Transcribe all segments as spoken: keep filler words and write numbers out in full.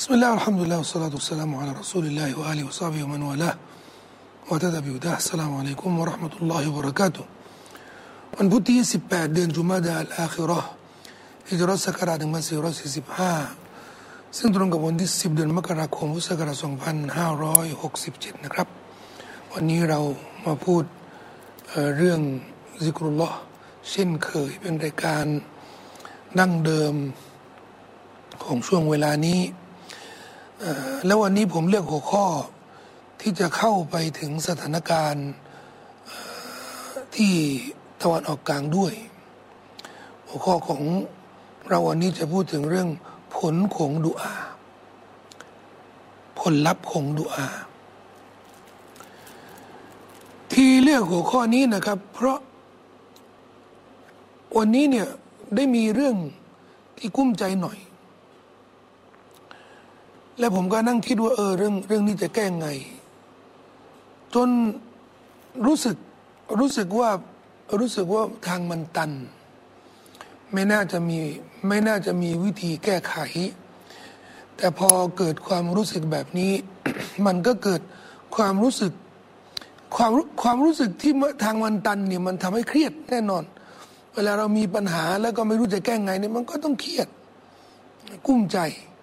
بسم الله والحمد لله والصلاة والسلام على رسول الله وآله وصحبه ومن والاه واهتدى بهداه السلام عليكم ورحمة الله وبركاته วันพุธที่สิบแปดเดือนจุมาดะอัลอาคิเราะห์ฮิจเราะห์ศักราชหนึ่งพันสี่ร้อยสี่สิบห้าซึ่งตรงกับวันที่สิบเดือนมกราคมพุทธศักราชสองพันห้าร้อยหกสิบเจ็ดนะครับวันนี้เรามาพูด เอ่อ เรื่องซิกรุลลอฮ์เช่นเคยเป็นรายการดั้งเดิมของช่วงเวลานี้แล้ววันนี้ผมเลือกหัวข้อที่จะเข้าไปถึงสถานการณ์ที่ตะวันออกกลางด้วยหัวข้อของเราวันนี้จะพูดถึงเรื่องผลของดุอาผลลัพธ์ของดุอาที่เลือกหัวข้อนี้นะครับเพราะวันนี้เนี่ยได้มีเรื่องที่กุ้มใจหน่อยและผมก็นั่งคิดว่าเออเรื่องเรื่องนี้จะแก้ไงจนรู้สึกรู้สึกว่ารู้สึกว่าทางมันตันไม่น่าจะมีไม่น่าจะมีวิธีแก้ไขแต่พอเกิดความรู้สึกแบบนี้ มันก็เกิดความรู้สึกความความรู้สึกที่ทางมันตันเนี่ยมันทำให้เครียดแน่นอนเวลาเรามีปัญหาแล้วก็ไม่รู้จะแก้ไงเนี่ยมันก็ต้องเครียดกุ้มใจ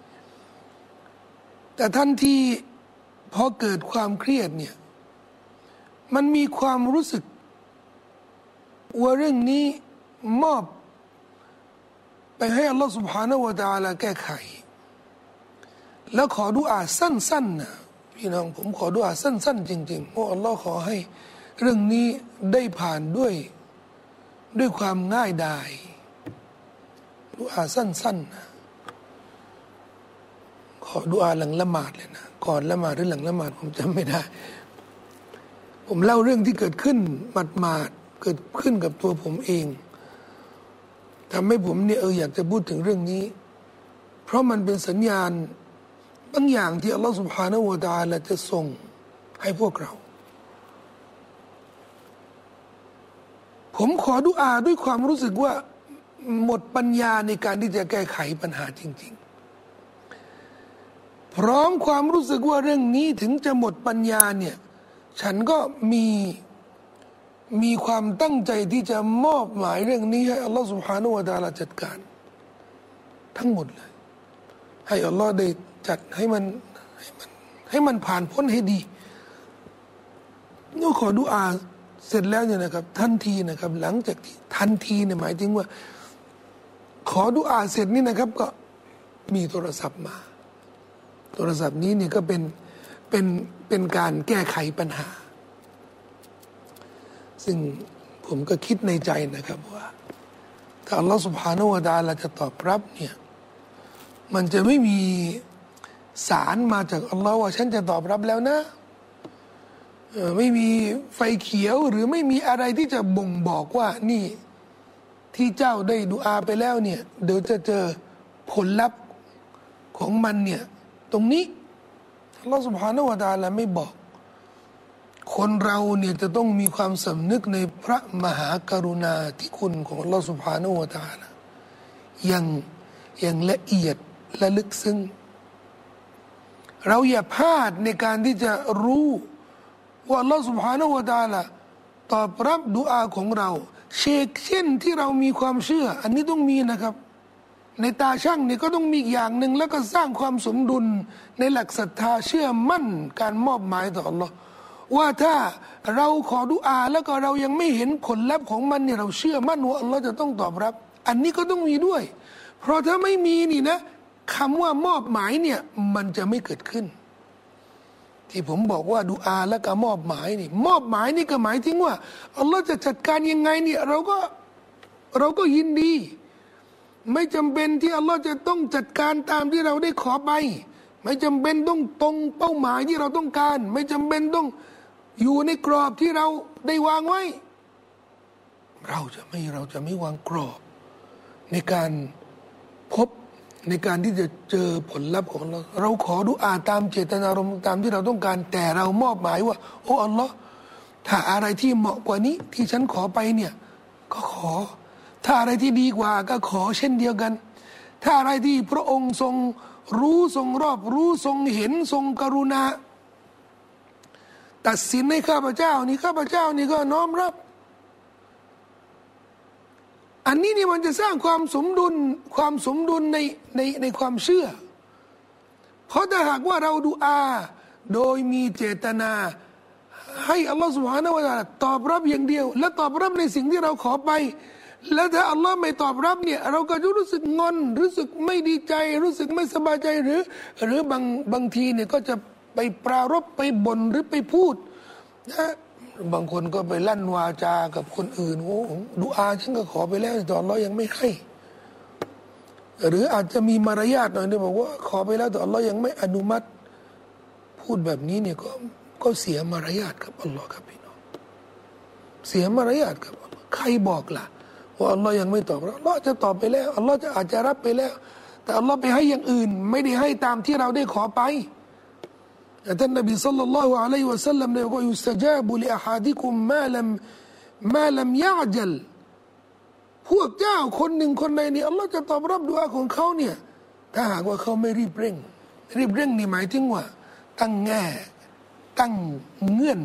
แต่ทันทีพอเกิดความเครียดเนี่ยมันมีความรู้สึกว่าเรื่องนี้มอบไปให้อัลลอฮฺ سبحانه และ تعالى แก้ไขแล้วขอดุอาสั้นๆนะพี่น้องผมขอดุอาสั้นๆจริงๆโอ้อัลลอฮฺขอให้เรื่องนี้ได้ผ่านด้วยด้วยความง่ายดายดุอาสั้นๆนะขอดุอาหลังละหมาดเลยนะก่อนละหมาดหรือหลังละหมาดผมจำไม่ได้ผมเล่าเรื่องที่เกิดขึ้นหมาดๆเกิดขึ้นกับตัวผมเองทำให้ผมเนี่ยเอออยากจะพูดถึงเรื่องนี้เพราะมันเป็นสัญญาณบางอย่างที่อัลลอฮฺ سبحانه และ تعالى จะส่งให้พวกเราผมขอดุอาด้วยความรู้สึกว่าหมดปัญญาในการที่จะแก้ไขปัญหาจริงๆพร้อมความรู้สึกว่าเรื่องนี้ถึงจะหมดปัญญาเนี่ยฉันก็มีมีความตั้งใจที่จะมอบหมายเรื่องนี้ให้อัลลอฮฺ سبحانه และ تعالى จัดการทั้งหมดเลยให้อัลลอฮฺได้จัดให้มันให้มันให้มันผ่านพ้นให้ดีนี่ขอดุอาเสร็จแล้วเนี่ยนะครับทันทีนะครับหลังจากที่ทันทีเนี่ยหมายถึงว่าขอดุอาเสร็จนี่นะครับก็มีโทรศัพท์มาโทรศัพท์นี้เนี่ยก็เป็นเป็นเป็นการแก้ไขปัญหาซึ่งผมก็คิดในใจนะครับว่าถ้าอัลลอฮฺ سبحانه และ تعالى จะตอบรับเนี่ยมันจะไม่มีสารมาจากอัลลอฮฺว่าฉันจะตอบรับแล้วนะไม่มีไฟเขียวหรือไม่มีอะไรที่จะบ่งบอกว่านี่ที่เจ้าได้ดุอาไปแล้วเนี่ยเดี๋ยวจะเจอผลลัพธ์ของมันเนี่ยตรงนี้อัลลอฮฺ سبحانه และ تعالى ไม่บอกคนเราเนี่ยจะต้องมีความสำนึกในพระมหากรุณาธิคุณของอัลลอฮฺ سبحانه และ تعالى อย่างอย่างละเอียดและลึกซึ้งเราอย่าพลาดในการที่จะรู้ว่าอัลลอฮฺ سبحانه และ تعالى ตอบรับดุอาของเราเชกเช่นที่เรามีความเชื่ออันนี้ต้องมีนะครับในตาช่างเนี่ยก็ต้องมีอย่างหนึ่งแล้วก็สร้างความสมดุลในหลักศรัทธาเชื่อมั่นการมอบหมายต่ออัลลอฮ์ว่าถ้าเราขอดุอาแล้วก็เรายังไม่เห็นผลลัพธ์ของมันเนี่ยเราเชื่อมั่นว่าอัลลอฮ์จะต้องตอบรับอันนี้ก็ต้องมีด้วยเพราะถ้าไม่มีนี่นะคำว่ามอบหมายเนี่ยมันจะไม่เกิดขึ้นที่ผมบอกว่าดุอาแล้วก็มอบหมายนี่มอบหมายนี่ก็หมายถึงว่าอัลลอฮ์จะจัดการยังไงเนี่ยเราก็เราก็ยินดีไม่จำเป็นที่อัลลอฮ์จะต้องจัดการตามที่เราได้ขอไปไม่จำเป็นต้องตรงเป้าหมายที่เราต้องการไม่จำเป็นต้องอยู่ในกรอบที่เราได้วางไว้เราจะไม่เราจะไม่วางกรอบในการพบในการที่จะเจอผลลัพธ์ของเราเราขอดุอาตามเจตนารมณ์ตามที่เราต้องการแต่เรามอบหมายว่าโอ้อัลลอฮ์ถ้าอะไรที่เหมาะกว่านี้ที่ฉันขอไปเนี่ยก็ขอถ้าอะไรที่ดีกว่าก็ขอเช่นเดียวกัน ถ้าอะไรที่พระองค์ทรงรู้ทรงรอบรู้ทรงเห็นทรงกรุณาตัดสินให้ข้าพเจ้านี่ข้าพเจ้านี่ก็น้อมรับอันนี้นี่มันจะสร้างความสมดุลความสมดุลในในในความเชื่อเพราะถ้าหากว่าเราดูอาโดยมีเจตนาให้อัลลอฮฺ سبحانه และ تعالى ตอบรับอย่างเดียวและตอบรับในสิ่งที่เราขอไปแล้วถ้าอัลลอฮ์ไม่ตอบรับเนี่ยเราก็จะรู้สึกงอนรู้สึกไม่ดีใจรู้สึกไม่สบายใจหรือหรือบางบางทีเนี่ยก็จะไปปรารภไปบ่นหรือไปพูดนะบางคนก็ไปลั่นวาจากับคนอื่นโอ้ดูอาฉันก็ขอไปแล้วแต่อัลลอฮ์ยังไม่ให้หรืออาจจะมีมารยาทหน่อยเนี่ยบอกว่าขอไปแล้วแต่อัลลอฮ์ยังไม่อนุมัติพูดแบบนี้เนี่ยก็ก็เสียมารยาทกับอัลลอฮ์ครับพี่น้องเสียมารยาทกับอัลลอฮ์ใครบอกล่ะว่าอัลลอฮ์ยังไม่ตอบเราอัลลอฮ์จะตอบไปแล้วอัลลอฮ์จะอาจจะรับไปแล้วแต่อัลลอฮ์ไปให้อย่างอื่นไม่ได้ให้ตามที่เราได้ขอไปท่านนบีศ็อลลัลลอฮุอะลัยฮิวะซัลลัมได้บอกว่ายุสตะญาบุลิอะฮาดิกุมมาลัมมาลัมยะจัลพวกเจ้าคนหนึ่งคนใดนี่อัลลอฮ์จะตอบรับดุอาของเขาเนี่ยถ้าหากว่าเขาไม่รีบเร่งรีบเร่งนี่หมายถึงว่าตั้งแง่ตั้งเงื่อน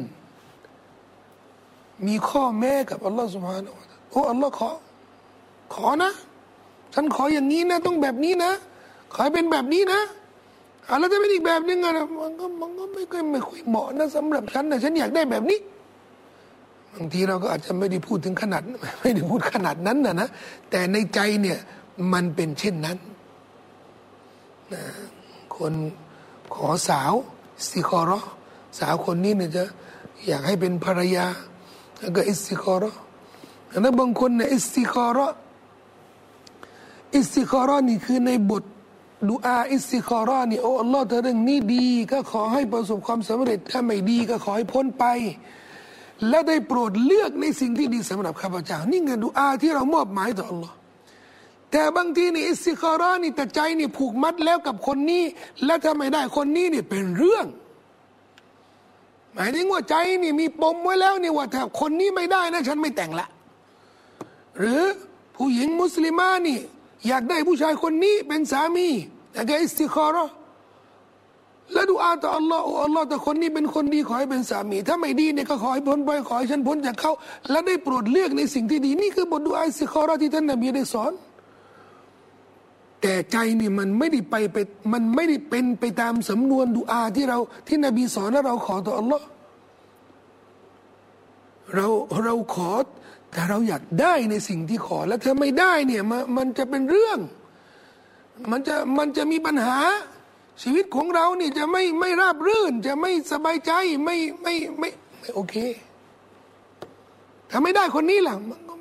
มีข้อแม้กับอัลลอฮ์ سبحانه และ تعالى โอ้อัลลอฮ์ขอขอนะฉันขออย่างนี้นะต้องแบบนี้นะขอให้เป็นแบบนี้นะอะไรจะเป็นอีกแบบนึงอะมันก็มันก็ไม่ค่อยไม่ค่อยเหมาะนะสำหรับฉันนะฉันอยากได้แบบนี้บางทีเราก็อาจจะไม่ได้พูดถึงขนาดไม่ได้พูดขนาดนั้นนะนะแต่ในใจเนี่ยมันเป็นเช่นนั้นนะคนขอสาวอิสติคอเราะห์สาวคนนี้เนี่ยจะอยากให้เป็นภรรยาแล้วก็อิสติคอเราะห์แล้วบางคนเนี่ยอิสติคอเราะห์อิสติคอเราะห์นี่คือในบทดุอาอิสติคอเราะห์นี่โอ้อัลลอฮ์ถ้าเรื่องนี้ดีก็ขอให้ประสบความสำเร็จถ้าไม่ดีก็ขอให้พ้นไปและได้โปรดเลือกในสิ่งที่ดีสำหรับข้าพเจ้านี่ไงดุอาที่เรามอบหมายต่ออัลลอฮ์แต่บางทีนี่อิสติคอเราะห์นี่แต่ใจนี่ผูกมัดแล้วกับคนนี้และถ้าไม่ได้คนนี้นี่เป็นเรื่องหมายถึงว่าใจนี่มีปมไว้แล้วนี่ว่าถ้าคนนี้ไม่ได้นะฉันไม่แต่งละหรือผู้หญิงมุสลิมานี่อยากได้ผู้ชายคนนี้เป็นสามีแต่ก็อิสติคอเราะห์และดุอาต่ออัลลอฮ์โอ้อัลลอฮ์แต่คนนี้เป็นคนดีขอให้เป็นสามีถ้าไม่ดีเนี่ยก็ขอให้พ้นไปขอให้ฉันพ้นจากเขาและได้โปรดเลือกในสิ่งที่ดีนี่คือบทดุอาอิสติคอเราะห์ที่ท่านนบีได้สอนแต่ใจนี่มันไม่ได้ไปไปมันไม่ได้เป็นไปตามสำนวนดุอาที่เราที่นบีสอนและเราขอต่ออัลลอฮ์เราเราขอแต่เราอยากได้ในสิ่งที่ขอแล้วถ้าไม่ได้เนี่ยมันมันจะเป็นเรื่องมันจะมันจะมีปัญหาชีวิตของเรานี่จะไม่ไม่ราบรื่นจะไม่สบายใจไม่ไม่ไม่ไม่โอเคถ้าไม่ได้คนนี้ล่ะมันก็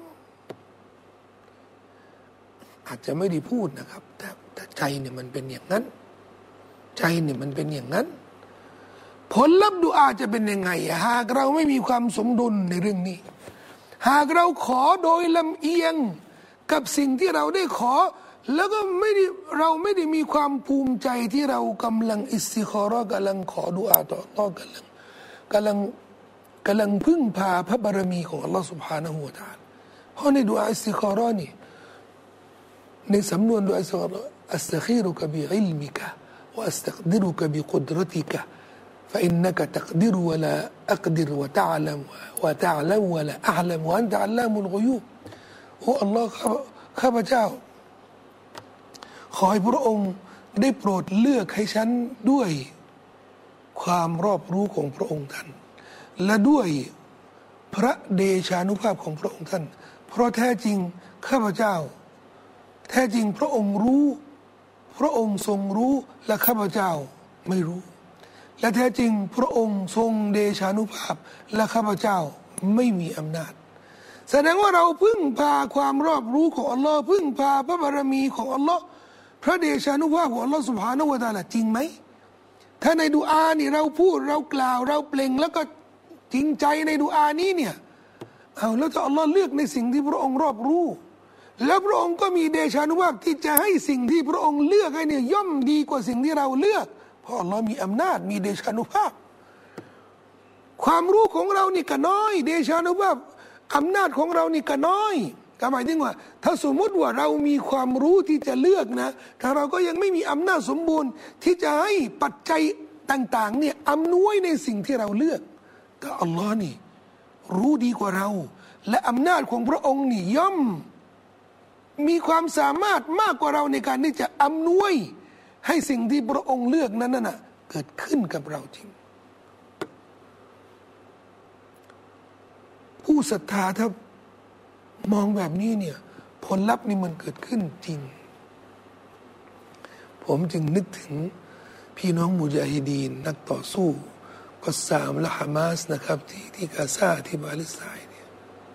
อาจจะไม่ได้พูดนะครับแต่แต่ใจเนี่ยมันเป็นอย่างนั้นใจเนี่ยมันเป็นอย่างนั้นผลลัพธ์ดุอาจะเป็นยังไงหากเราไม่มีความสมดุลในเรื่องนี้หากเราขอโดยลำเอียงกับสิ่งที่เราได้ขอแล้วก็ไม่ได้เราไม่ได้มีความภูมิใจที่เรากำลังอิสติคอเราะห์กำลังขอดุอาต่ออัลลอฮ์กำลังกำลังกำลังพึ่งพาพระบารมีของอัลลอฮ์ سبحانه และ تعالى เพราะในดุอาอิสติคอเราะห์นี่ในสำนวนดุอาอิสติคอเราะห์อัสตะคีรุกะบิอิลมิกะวะอัสตักดิรุกะบิกุดรติกะفإنك تقدر ولا أقدر وتعلم وتعلم ولا أعلم وأنت علام الغيوب โอ้อัลลอฮ์ข้าพเจ้าขอให้พระองค์ได้โปรดเลือกให้ฉันด้วยความรอบรู้ของพระองค์ท่านและด้วยพระเดชานุภาพของพระองค์ท่านเพราะแท้จริงข้าพเจ้าแท้จริงพระองค์รู้พระองค์ทรงรู้และข้าพเจ้าไม่รู้และแท้จริงพระองค์ทรงเดชานุภาพและข้าพเจ้าไม่มีอำนาจแสดงว่าเราพึ่งพาความรอบรู้ของอัลลอฮ์พึ่งพาพระบารมีของอัลลอฮ์พระเดชานุภาพของอัลลอฮ์ซุบฮานะฮูวะตะอาลาจริงไหมถ้าในดุอานี่เราพูดเรากล่าวเราเปล่งแล้วก็จริงใจในดุอานี้เนี่ยเอาแล้วถ้าอัลลอฮ์เลือกในสิ่งที่พระองค์รอบรู้แล้วพระองค์ก็มีเดชานุภาพที่จะให้สิ่งที่พระองค์เลือกให้เนี่ยย่อมดีกว่าสิ่งที่เราเลือกเพราะอัลลอฮ์มีอำนาจมีเดชานุภาพความรู้ของเรานี่ก็น้อยเดชานุภาพอำนาจของเรานี่ก็น้อยก็หมายถึงว่าถ้าสมมติว่าเรามีความรู้ที่จะเลือกนะถ้าเราก็ยังไม่มีอำนาจสมบูรณ์ที่จะให้ปัจจัยต่างๆเนี่ยอำนวยในสิ่งที่เราเลือกแต่อัลลอฮ์นี่รู้ดีกว่าเราและอำนาจของพระองค์นี่ย่อมมีความสามารถมากกว่าเราในการที่จะอำนวยให้สิ่งที่พระองค์เลือกนั้นน่ะเกิดขึ้นกับเราจริงผู้ศรัทธาถ้ามองแบบนี้เนี่ยผลลัพธ์นี่มันเกิดขึ้นจริงผมจึงนึกถึงพี่น้องมุญาฮิดีนนักต่อสู้กัสซามและฮามาสนะครับที่ที่กาซาที่ปาเลสไตน์เนี่ย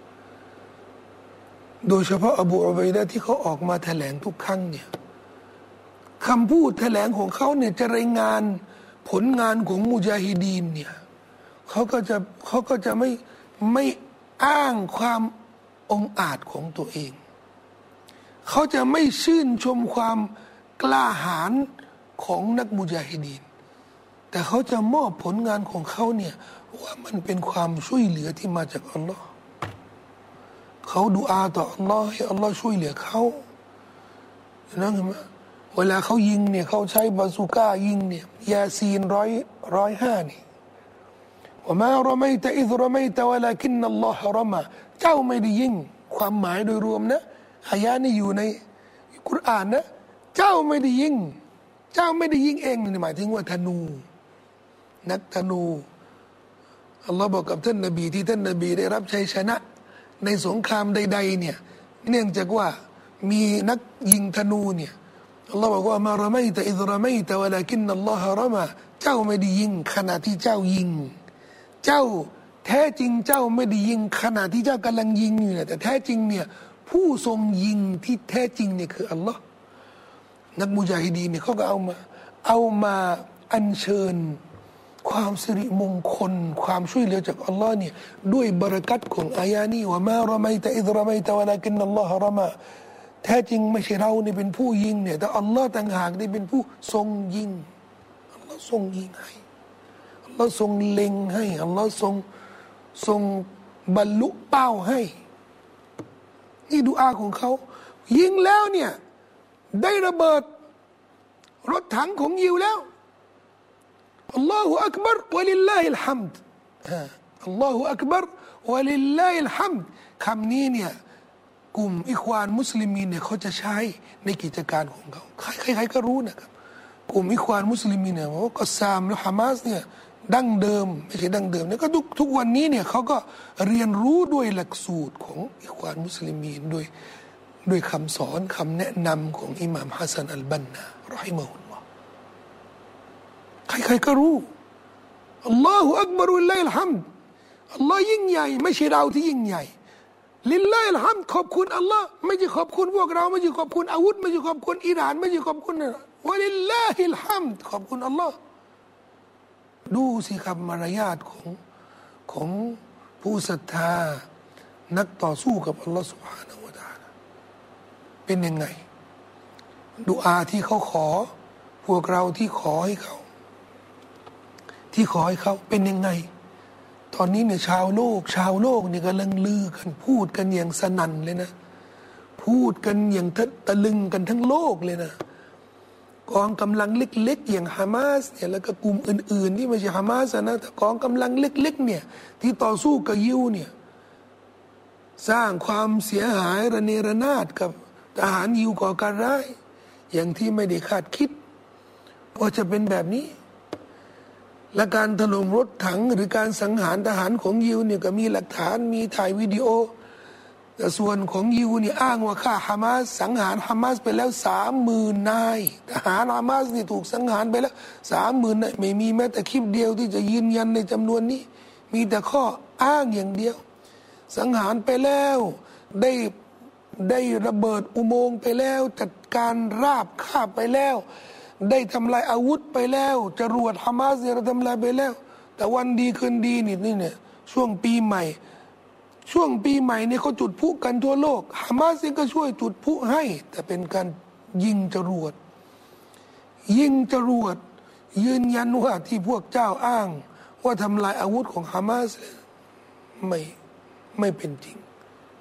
โดยเฉพาะอบูอุบัยดะห์ที่เขาออกมาแถลงทุกครั้งเนี่ยคำพูดแถลงของเขาเนี่ยจะรายงานผลงานของมุญาฮิดีนเนี่ยเขาก็จะเขาก็จะไม่ไม่อ้างความองอาจของตัวเองเขาจะไม่ชื่นชมความกล้าหาญของนักมุญาฮิดีนแต่เขาจะมอบผลงานของเขาเนี่ยว่ามันเป็นความช่วยเหลือที่มาจากอัลลอฮ์เขาดุอาต่ออัลลอฮ์ให้อัลลอฮ์ช่วยเหลือเขานะเห็นไหมเวลาเขายิงเนี่ยเขาใช้บาซูก้ายิงเนี่ยยาซีนร้อยร้อยห้านี่ว่ามาเราไม่แต่อิสเราไม่แต่ว่าละกินนัลลอฮ์รอมาเจ้าไม่ได้ยิงความหมายโดยรวมนะอายะนี้อยู่ในกุรอานนะเจ้าไม่ได้ยิงเจ้าไม่ได้ยิงเองนี่หมายถึงว่าธนูนักธนูอัลลอฮ์บอกกับท่านนบีที่ท่านนบีได้รับชัยชนะในสงครามใดๆเนี่ยเนื่องจากว่ามีนักยิงธนูเนี่ยอัลลอฮ์บอกว่ามาระไม่แต่อิสระไม่แต่ว่าละกินนัลลอฮ์รอมาเจ้าไม่ได้ยิงขณะที่เจ้ายิงเจ้าแท้จริงเจ้าไม่ได้ยิงขณะที่เจ้ากำลังยิงอยู่เนี่ยแต่แท้จริงเนี่ยผู้ทรงยิงที่แท้จริงเนี่ยคืออัลลอฮ์นักมุญาฮิดีนเนี่ยเขาก็เอามาเอามาอัญเชิญความสิริมงคลความช่วยเหลือจากอัลลอฮ์เนี่ยด้วยบารกัตของอายานี้ว่ามาระไม่แต่อิสระไม่แต่ว่าละกินนัลลอฮ์รอมาแท้จริงไม่ใช่เรานี่เป็นผู้ยิงเนี่ยแต่อัลลอฮ์ต่างหากนี่เป็นผู้ทรงยิงอัลลอฮ์ทรงยิงให้อัลลอฮ์ทรงเล็งให้อัลลอฮ์ทรงทรงบรรลุเป้าให้นี่ดุอาของเขายิงแล้วเนี่ยได้ระเบิดรถถังของยิวแล้วอัลลอฮฺอักบัรวะลิลลาฮิลฮัมด์อัลลอฮฺอักบัรวะลิลลาฮิลฮัมด์คำนี้เนี่ยกลุ่มอิควานมุสลิมีนเนี่ยเขาจะใช้ในกิจการของเขาใครๆก็รู้นะครับกลุ่มอิควานมุสลิมีนเนี่ยว่ากัสซามและฮามาสเนี่ยดั้งเดิมไม่ใช่ดั้งเดิมเนี่ยก็ทุกทุกวันนี้เนี่ยเขาก็เรียนรู้ด้วยหลักสูตรของอิควานมุสลิมีนด้วยด้วยคำสอนคำแนะนำของอิหม่ามฮัสซันอัลบันนารอฮิมะฮุลลอฮ์ใครๆก็รู้อัลลอฮฺอักบารุลลาฮิลฮัมด์อัลลอฮ์ยิ่งใหญ่ไม่ใช่เราที่ยิ่งใหญ่ลิลลาฮิลฮัมด์ขอบคุณอัลลอฮ์ไม่ใช่ขอบคุณพวกเราไม่ใช่ขอบคุณอาวุธไม่ใช่ขอบคุณอิหร่านไม่ใช่ขอบคุณวะลิลลาฮิลฮัมด์ขอบคุณอัลลอฮ์ดูสิครับมารยาทของของผู้ศรัทธานักต่อสู้กับอัลลอฮ์ سبحانه และ تعالى เป็นยังไงดุอาที่เขาขอพวกเราที่ขอให้เขาที่ขอให้เขาเป็นยังไงตอนนี้เนี่ยชาวโลกชาวโลกเนี่ยกำลังลือกันพูดกันอย่างสนั่นเลยนะพูดกันอย่างตะลึงกันทั้งโลกเลยนะกองกำลังเล็กๆอย่างฮามาสเนี่ยแล้วก็กลุ่มอื่นๆที่ไม่ใช่ฮามาสนะแต่กองกำลังเล็กๆเนี่ยที่ต่อสู้กับยิวเนี่ยสร้างความเสียหายระเนระนาดกับทหารยิวก่อการร้ายอย่างที่ไม่ได้คาดคิดว่าจะเป็นแบบนี้และการถล่มรถถังหรือการสังหารทหารของยิวเนี่ยก็มีหลักฐานมีถ่ายวิดีโอแต่ส่วนของยิวเนี่ยอ้างว่าฆ่าฮามาสสังหารฮามาสไปแล้วสามหมื่นนายทหารฮามาสนี่ถูกสังหารไปแล้วสามหมื่นนายไม่มีแม้แต่คลิปเดียวที่จะยืนยันในจำนวนนี้มีแต่ข้ออ้างอย่างเดียวสังหารไปแล้วได้ได้ระเบิดอุโมงค์ไปแล้วจัดการราบคาบไปแล้วได้ทำลายอาวุธไปแล้วจรวดฮามาสเนี่ยทำลายไปแล้วแต่วันดีคืนดีนี่นี่เนี่ยช่วงปีใหม่ช่วงปีใหม่เนี่ยเขาจุดพลุกันทั่วโลกฮามาสเองก็ช่วยจุดพลุให้แต่เป็นการยิงจรวดยิงจรวดยืนยันว่าที่พวกเจ้าอ้างว่าทำลายอาวุธของฮามาสไม่ไม่เป็นจริง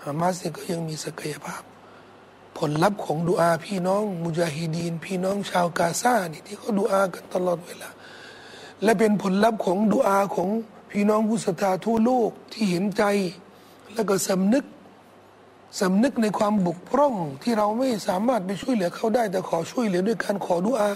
ฮามาสเนี่ยก็ยังมีศักยภาพผลลัพธ์ของดุอาพี่น้องมุจาฮิดีนพี่น้องชาวกาซานี่ที่เขาดุอากันตลอดเวลาและเป็นผลลัพธ์ของดุอาของพี่น้องผู้ศรัทธาทั่วโลกที่เห็นใจแล้วก็สำนึกสำนึกในความบกพร่องที่เราไม่สามารถไปช่วยเหลือเขาได้แต่ขอช่วยเหลือด้วยการขอดุอา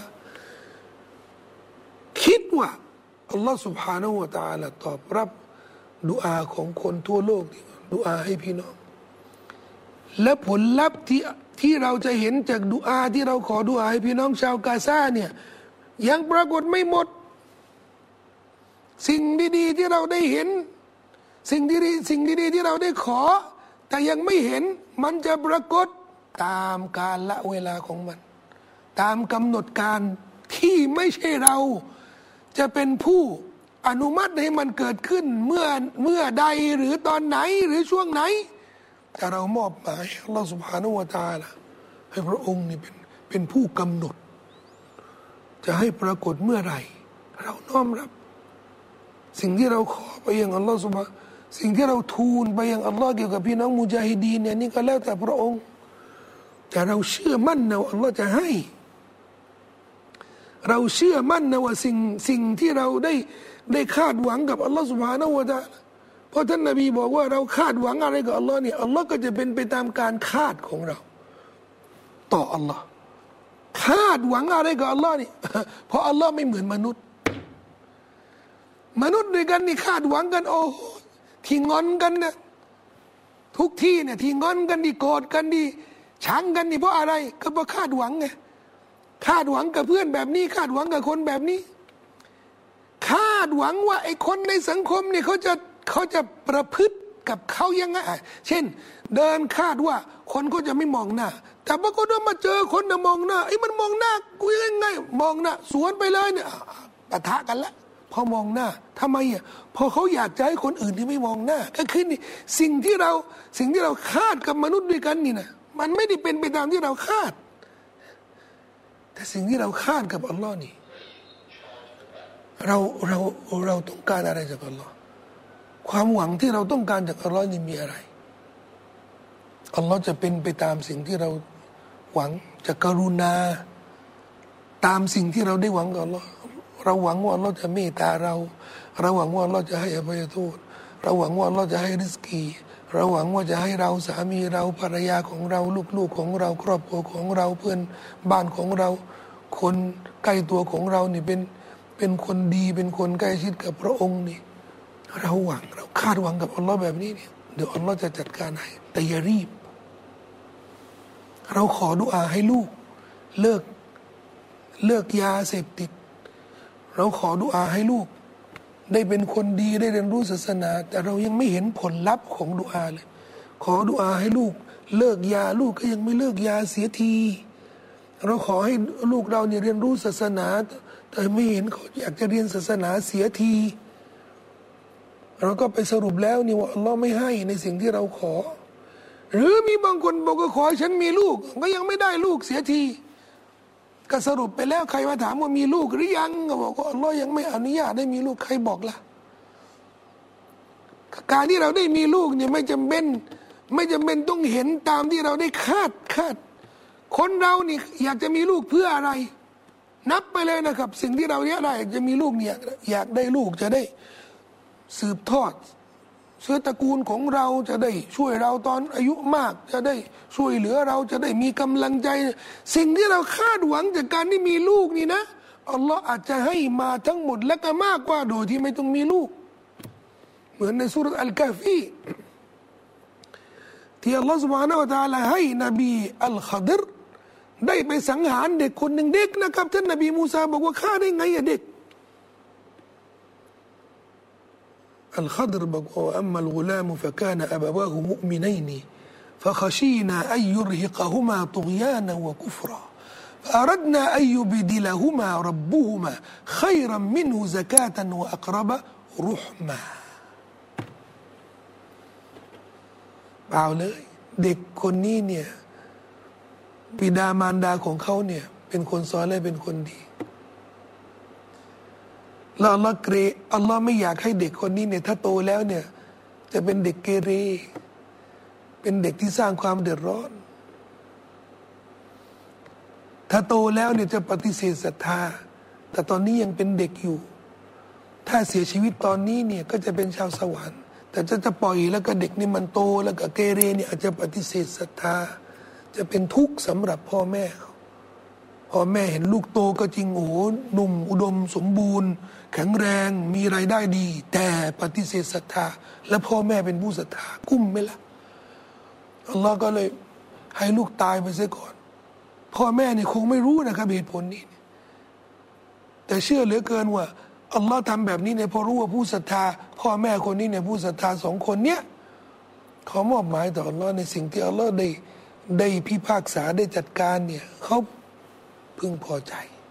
คิดว่าอัลลอฮฺ سبحانه และ تعالى ตอบรับดุอาของคนทั่วโลกดุอาให้พี่น้องและผลลัพธ์ที่ที่เราจะเห็นจากดุอาที่เราขอดุอาให้พี่น้องชาวกาซาเนี่ยยังปรากฏไม่หมดสิ่งดีๆที่เราได้เห็นสิ่งดีๆสิ่งดีๆที่เราได้ขอแต่ยังไม่เห็นมันจะปรากฏตามกาลละเวลาของมันตามกำหนดการที่ไม่ใช่เราจะเป็นผู้อนุมัติให้มันเกิดขึ้นเมื่อเมื่อใดหรือตอนไหนหรือช่วงไหนแต่เรามอบหมายอัลลอฮฺ سبحانه และ تعالى ให้พระองค์นี่เป็นเป็นผู้กำหนดจะให้ปรากฏเมื่อไหร่เราน้อมรับสิ่งที่เราขอไปยังอัลลอฮฺ سبحانه สิ่งที่เราทูลไปยังอัลลอฮ์เกี่ยวกับพี่น้องมุจาฮิดีนเนี่ยนี่ก็แล้วแต่พระองค์แต่เราเชื่อมั่นนะว่าอัลลอฮ์จะให้เราเชื่อมั่นนะว่าสิ่งสิ่งที่เราได้ได้คาดหวังกับอัลลอฮ์ سبحانه และ تعالى เพราะท่านนบีบอกว่าเราคาดหวังอะไรกับอัลลอฮ์เนี่ยอัลลอฮ์ก็จะเป็นไปตามการคาดของเราต่ออัลลอฮ์คาดหวังอะไรกับอัลลอฮ์นี่เพราะอัลลอฮ์ไม่เหมือนมนุษย์มนุษย์ด้วยกันนี่คาดหวังกันโอ้ที่งอนกันนะทุกที่เนี่ยที่งอนกันดีโกรธกันดีชังกันนี่เพราะอะไรก็เพราะคาดหวังไงคาดหวังกับเพื่อนแบบนี้คาดหวังกับคนแบบนี้คาดหวังว่าไอ้คนในสังคมเนี่ยเขาจะเขาจะประพฤติกับเขายังไงเช่นเดินคาดว่าคนก็จะไม่มองหน้าแต่พอก็ต้องมาเจอคนจะมองหน้าไอ้มันมองหน้ากูยังไงมองหน้าสวนไปเลยเนี่ยปะทะกันละพอมองหน้าทำไมอ่ะพอเขาอยากจะให้คนอื่นที่ไม่มองหน้าก็คือนี่สิ่งที่เราสิ่งที่เราคาดกับมนุษย์ด้วยกันนี่นะมันไม่ได้เป็นไปตามที่เราคาดแต่สิ่งที่เราคาดกับอัลลอฮ์นี่เราเราเราต้องการอะไรจากอัลลอฮ์ความหวังที่เราต้องการจากอัลลอฮ์นี่มีอะไรอัลลอฮ์จะเป็นไปตามสิ่งที่เราหวังจะกรุณาตามสิ่งที่เราได้หวังกับอัลลอฮ์เราหวังว่าอัลลอฮ์จะเมตตาเราเราหวังว่าอัลลอฮ์จะให้อภัยโทษเราหวังว่าอัลลอฮ์จะให้ริสกีเราหวังว่าจะให้เราสามีเราภรรยาของเราลูกๆของเราครอบครัวของเราเพื่อนบ้านของเราคนใกล้ตัวของเรานี่เป็นเป็นคนดีเป็นคนใกล้ชิดกับพระองค์นี่เราหวังเราคาดหวังกับอัลลอฮ์แบบนี้เนี่ยเดี๋ยวอัลลอฮ์จะจัดการให้แต่อย่ารีบเราขอดุอาให้ลูกเลิกเลิกยาเสพติดเราขอดุอาให้ลูกได้เป็นคนดีได้เรียนรู้ศาสนาแต่เรายังไม่เห็นผลลัพธ์ของดุอาเลยขอดุอาให้ลูกเลิกยาลูกก็ยังไม่เลิกยาเสียทีเราขอให้ลูกเราเนี่ยเรียนรู้ศาสนาแต่ไม่เห็นเขาอยากจะเรียนศาสนาเสียทีเราก็ไปสรุปแล้วนี่ว่าอัลลอฮ์ไม่ให้ในสิ่งที่เราขอหรือมีบางคนบอกว่าขอให้ฉันมีลูกก็ยังไม่ได้ลูกเสียทีก็สรุปไปแล้วใครมาถามว่ามีลูกหรือยังก็บอกว่าอัลลอฮ์ยังไม่อนุญาตได้มีลูกใครบอกล่ะการที่เราได้มีลูกเนี่ยไม่จำเป็นไม่จำเป็นต้องเห็นตามที่เราได้คาดคาดคนเรานี่อยากจะมีลูกเพื่ออะไรนับไปเลยนะครับสิ่งที่เราเนี่ยได้อยากจะมีลูกเนี่ยอยากได้ลูกจะได้สืบทอดเชื้อตระกูลของเราจะได้ช่วยเราตอนอายุมากจะได้ช่วยเหลือเราจะได้มีกำลังใจสิ่งที่เราคาดหวังจากการที่มีลูกนี่นะอัลลอฮ์อาจจะให้มาทั้งหมดและก็มากกว่าโดยที่ไม่ต้องมีลูกเหมือนในสุรอัลกาฟีที่อัลลอฮ์ سبحانه และ تعالى ให้นบีอัลคอฎรได้ไปสังหารเด็กคนหนึ่งเด็กนะครับท่านนบีมูซาบอกว่าฆ่าได้ไงอะเด็กالخضر وأما الغلام فكان أبواه مؤمنين فخشينا أن يرهقهما طغيانا وكفرا فأردنا أن يبدلهما ربهما خيرا منه زكاة وأقرب رحما เปล่าเลยเด็กคนนี้เนี่ยบิดามารดาของเขาเนี่ยเป็นคนซอเลห์เป็นคนดีแล้วอัลลอฮ์เกรอัลลอฮ์ไม่อยากให้เด็กคนนี้เนี่ยถ้าโตแล้วเนี่ยจะเป็นเด็กเกเรไปเป็นเด็กที่สร้างความเดือดร้อนถ้าโตแล้วเนี่ยจะปฏิเสธศรัทธาแต่ตอนนี้ยังเป็นเด็กอยู่ถ้าเสียชีวิตตอนนี้เนี่ยก็จะเป็นชาวสวรรค์แต่จะจะปล่อยแล้วก็เด็กนี่มันโตแล้วก็เกเรเนี่ยอาจจะปฏิเสธศรัทธาจะเป็นทุกข์สำหรับพ่อแม่เขาพ่อแม่เห็นลูกโตก็จริงโอ้โหหนุ่มอุดมสมบูรณ์แข็งแรงมีรายได้ดีแต่ปฏิเสธศรัทธาและพ่อแม่เป็นผู้ศรัทธากุ้มไหมล่ะอัลลอฮ์ก็เลยให้ลูกตายไปเสียก่อนพ่อแม่นี่คงไม่รู้นะครับเหตุผลนี้แต่เชื่อเหลือเกินว่าอัลลอฮ์ทำแบบนี้เนี่ยพอรู้ว่าผู้ศรัทธาพ่อแม่คนนี้เนี่ยผู้ศรัทธาสองคนเนี้ยเขามอบหมายต่ออัลลอฮ์ในสิ่งที่อัลลอฮ์ได้ได้พิพากษาได้จัดการเนี่ยเขาพึงพอใจ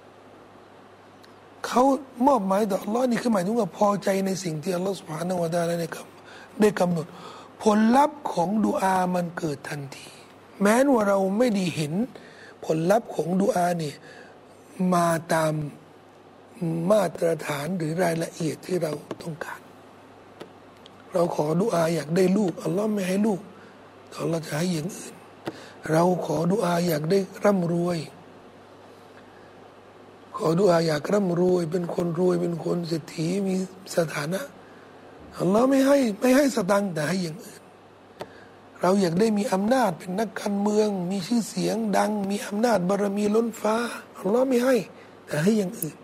เขามอบหมายต่ออัลลอฮ์นี่คือหมายถึงว่าพอใจในสิ่งที่อัลลอฮ์ซุบฮานะฮูวะตะอาลาได้กำหนดผลลัพธ์ของดุอามันเกิดทันทีแม้ว่าเราไม่ได้เห็นผลลัพธ์ของดุอาเนี่ยมาตามมาตรฐานหรือรายละเอียดที่เราต้องการเราขอดุอาอยากได้ลูกอัลลอฮ์ไม่ให้ลูกแต่อัลลอฮ์จะให้อย่างอื่นเราขอดุอาอยากได้ร่ำรวยขอดุอาอยากร่ำรวยเป็นคนรวยเป็นคนเศรษฐีมีสถานะอัลลอฮ์ไม่ให้ไม่ให้สตังค์แต่ให้อย่างอื่นเราอยากได้มีอำนาจเป็นนักการเมืองมีชื่อเสียงดังมีอำนาจบารมีล้นฟ้าอัลลอฮ์ไม่ให้แต่ให้อย่างอื่น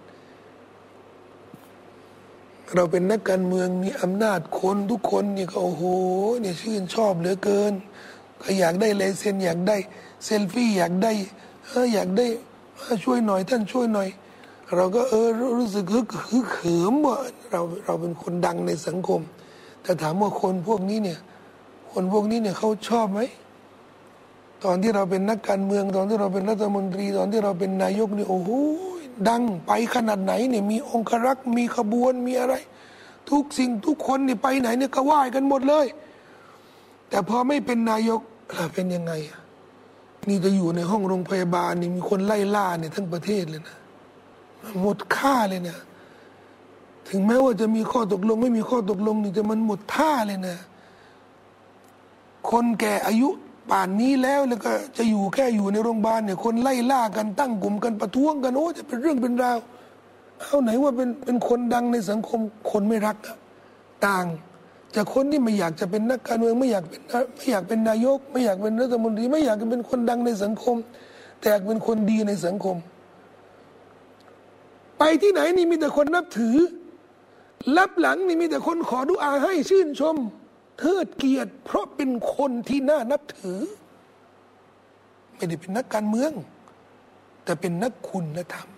เราเป็นนักการเมืองมีอำนาจคนทุกคนเนี่ยก็โอ้โหเนี่ยชื่นชอบเหลือเกินก็อยากได้ลายเซ็นอยากได้เซลฟี่อยากได้เอออยากได้ช่วยหน่อยท่านช่วยหน่อยเราก็เออรู้สึกฮึกฮึกเหิมว่าเราเราเป็นคนดังในสังคมแต่ถามว่าคนพวกนี้เนี่ยคนพวกนี้เนี่ยเขาชอบไหมตอนที่เราเป็นนักการเมืองตอนที่เราเป็นรัฐมนตรีตอนที่เราเป็นนายกนี่โอ้โหดังไปขนาดไหนเนี่ยมีองครักษ์มีขบวนมีอะไรทุกสิ่งทุกคนนี่ไปไหนเนี่ยก็ไหว้กันหมดเลยแต่พอไม่เป็นนายกล่ะเป็นยังไงอ่ะนี่จะอยู่ในห้องโรงพยาบาลนี่มีคนไล่ล่าเนี่ยทั้งประเทศเลยนะหมดค่าเลยนะถึงแม้ว่าจะมีข้อตกลงไม่มีข้อตกลงนี่จะมันหมดท่าเลยนะคนแก่อายุป่านนี้แล้วแล้วก็จะอยู่แค่อยู่ในโรงพยาบาลเนี่ยคนไล่ล่ากันตั้งกลุ่มกันประท้วงกันโอ้จะเป็นเรื่องเป็นราวเอาไหนว่าเป็นเป็นคนดังในสังคมคนไม่รักอะต่างจากคนที่ไม่อยากจะเป็นนักการเมืองไม่อยากเป็นไม่อยากเป็นนายกไม่อยากเป็นรัฐมนตรีไม่อยากจะเป็นคนดังในสังคมแต่อยากเป็นคนดีในสังคมไปที่ไหนนี่มีแต่คนนับถือลับหลังนี่มีแต่คนขอดุอาให้ชื่นชมเทิดเกียรติเพราะเป็นคนที่น่านับถือไม่ได้เป็นนักการเมืองแต่เป็นนักคุณธรรม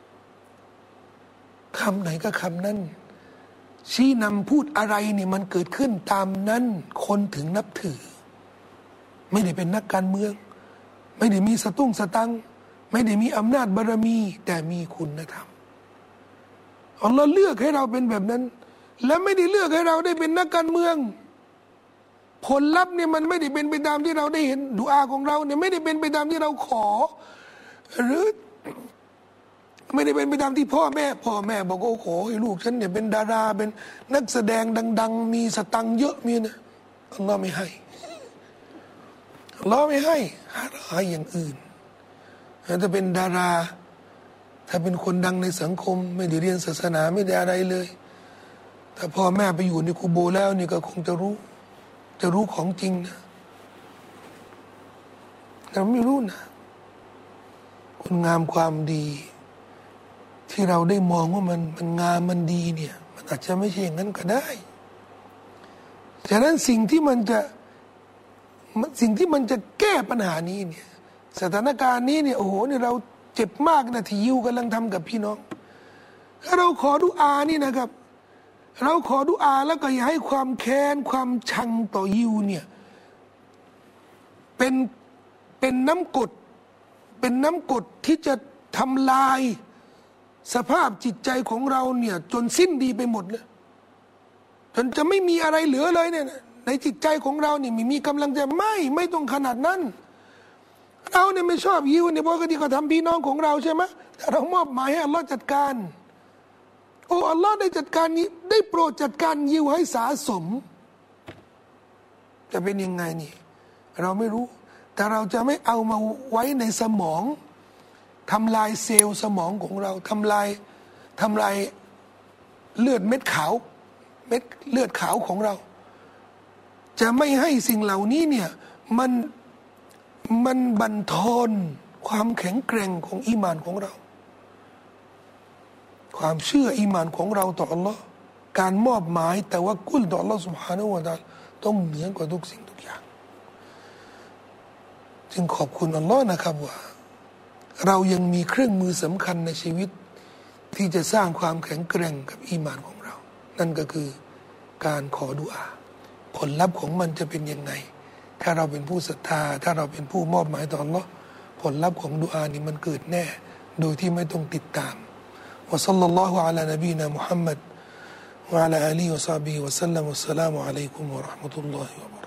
คำไหนก็คำนั้นชี้นำพูดอะไรนี่มันเกิดขึ้นตามนั้นคนถึงนับถือไม่ได้เป็นนักการเมืองไม่ได้มีสตุ้งสตังไม่ได้มีอำนาจบารมีแต่มีคุณธรรมอัลลอฮ์เลือกให้เราเป็นแบบนั้นและไม่ได้เลือกให้เราได้เป็นนักการเมืองผลลัพธ์เนี่ยมันไม่ได้เป็นไปตามที่เราได้เห็นดุอาของเราเนี่ยไม่ได้เป็นไปตามที่เราขอหรือไม่ได้เป็นไปตามที่พ่อแม่พ่อแม่บอกว่าขอให้ลูกฉันเนี่ยเป็นดาราเป็นนักแสดงดังๆมีสตังค์เยอะมีนะอัลลอฮ์ไม่ให้อัลลอฮ์ไม่ให้ให้อย่างอื่นถ้าเป็นดาราถ้าเป็นคนดังในสังคมไม่ได้เรียนศาสนาไม่ได้อะไรเลยแต่พ่อแม่ไปอยู่ในกุโบแล้วนี่ก็คงจะรู้จะรู้ของจริงนะเราไม่รู้นะคุณงามความดีที่เราได้มองว่ามันมันงามมันดีเนี่ยมันอาจจะไม่ใช่อย่างนั้นก็ได้ฉะนั้นสิ่งที่มันจะสิ่งที่มันจะแก้ปัญหานี้เนี่ยสถานการณ์นี้เนี่ยโอ้โหเนี่ยเราเจ็บมากนะที่ยิวกำลังทำกับพี่น้องถ้าเราขอดุอานี่นะครับเราขอดุอาแล้วก็อย่าให้ความแค้นความชังต่อยิวเนี่ยเป็นเป็นน้ำกรดเป็นน้ำกรดที่จะทำลายสภาพจิตใจของเราเนี่ยจนสิ้นดีไปหมดเลยจนจะไม่มีอะไรเหลือเลยเนี่ยในจิตใจของเราเนี่ยไม่มีกำลังจะไม่ไม่ต้องขนาดนั้นเราเนี่ยไม่ชอบยิวเนี่ยปกติเขาทำพี่น้องของเราใช่ไหมแต่เรามอบหมายให้อัลลอฮ์จัดการโอ้อัลลอฮ์ได้จัดการนี้ได้โปรดจัดการยิวให้สาสมจะเป็นยังไงนี่เราไม่รู้แต่เราจะไม่เอามาไว้ในสมองทำลายเซลล์สมองของเราทำลายทำลายเลือดเม็ดขาวเม็ดเลือดขาวของเราจะไม่ให้สิ่งเหล่านี้เนี่ยมันมันบั่นทอนความแข็งแกร่งของอีหม่านของเราความเชื่ออีหม่านของเราต่ออัลลอฮ์การมอบหมายแต่ว่ากุลต่ออัลลอฮ์ سبحانه และ تعالى ต้องเหนือกว่าทุกสิ่งทุกอย่างจึงขอบคุณอัลลอฮ์นะครับว่าเรายังมีเครื่องมือสำคัญในชีวิตที่จะสร้างความแข็งแกร่งกับอีหม่านของเรานั่นก็คือการขอดุอาผลลัพธ์ของมันจะเป็นยังไงถ้าเราเป็นผู้ศรัทธาถ้าเราเป็นผู้มอบหมายต่ออัลลอฮ์ผลลัพธ์ของดุอานี้มันเกิดแน่โดยที่ไม่ต้องติดตามวะซัลลัลลอฮุอะลานบีนะมุฮัมมัดวะอะลาอาลีฮิวะซอฮบิฮิวะซัลลัมวัสสลามุอะลัยกุมวะเราะห์มะตุลลอฮิวะบะเราะกาตุฮ์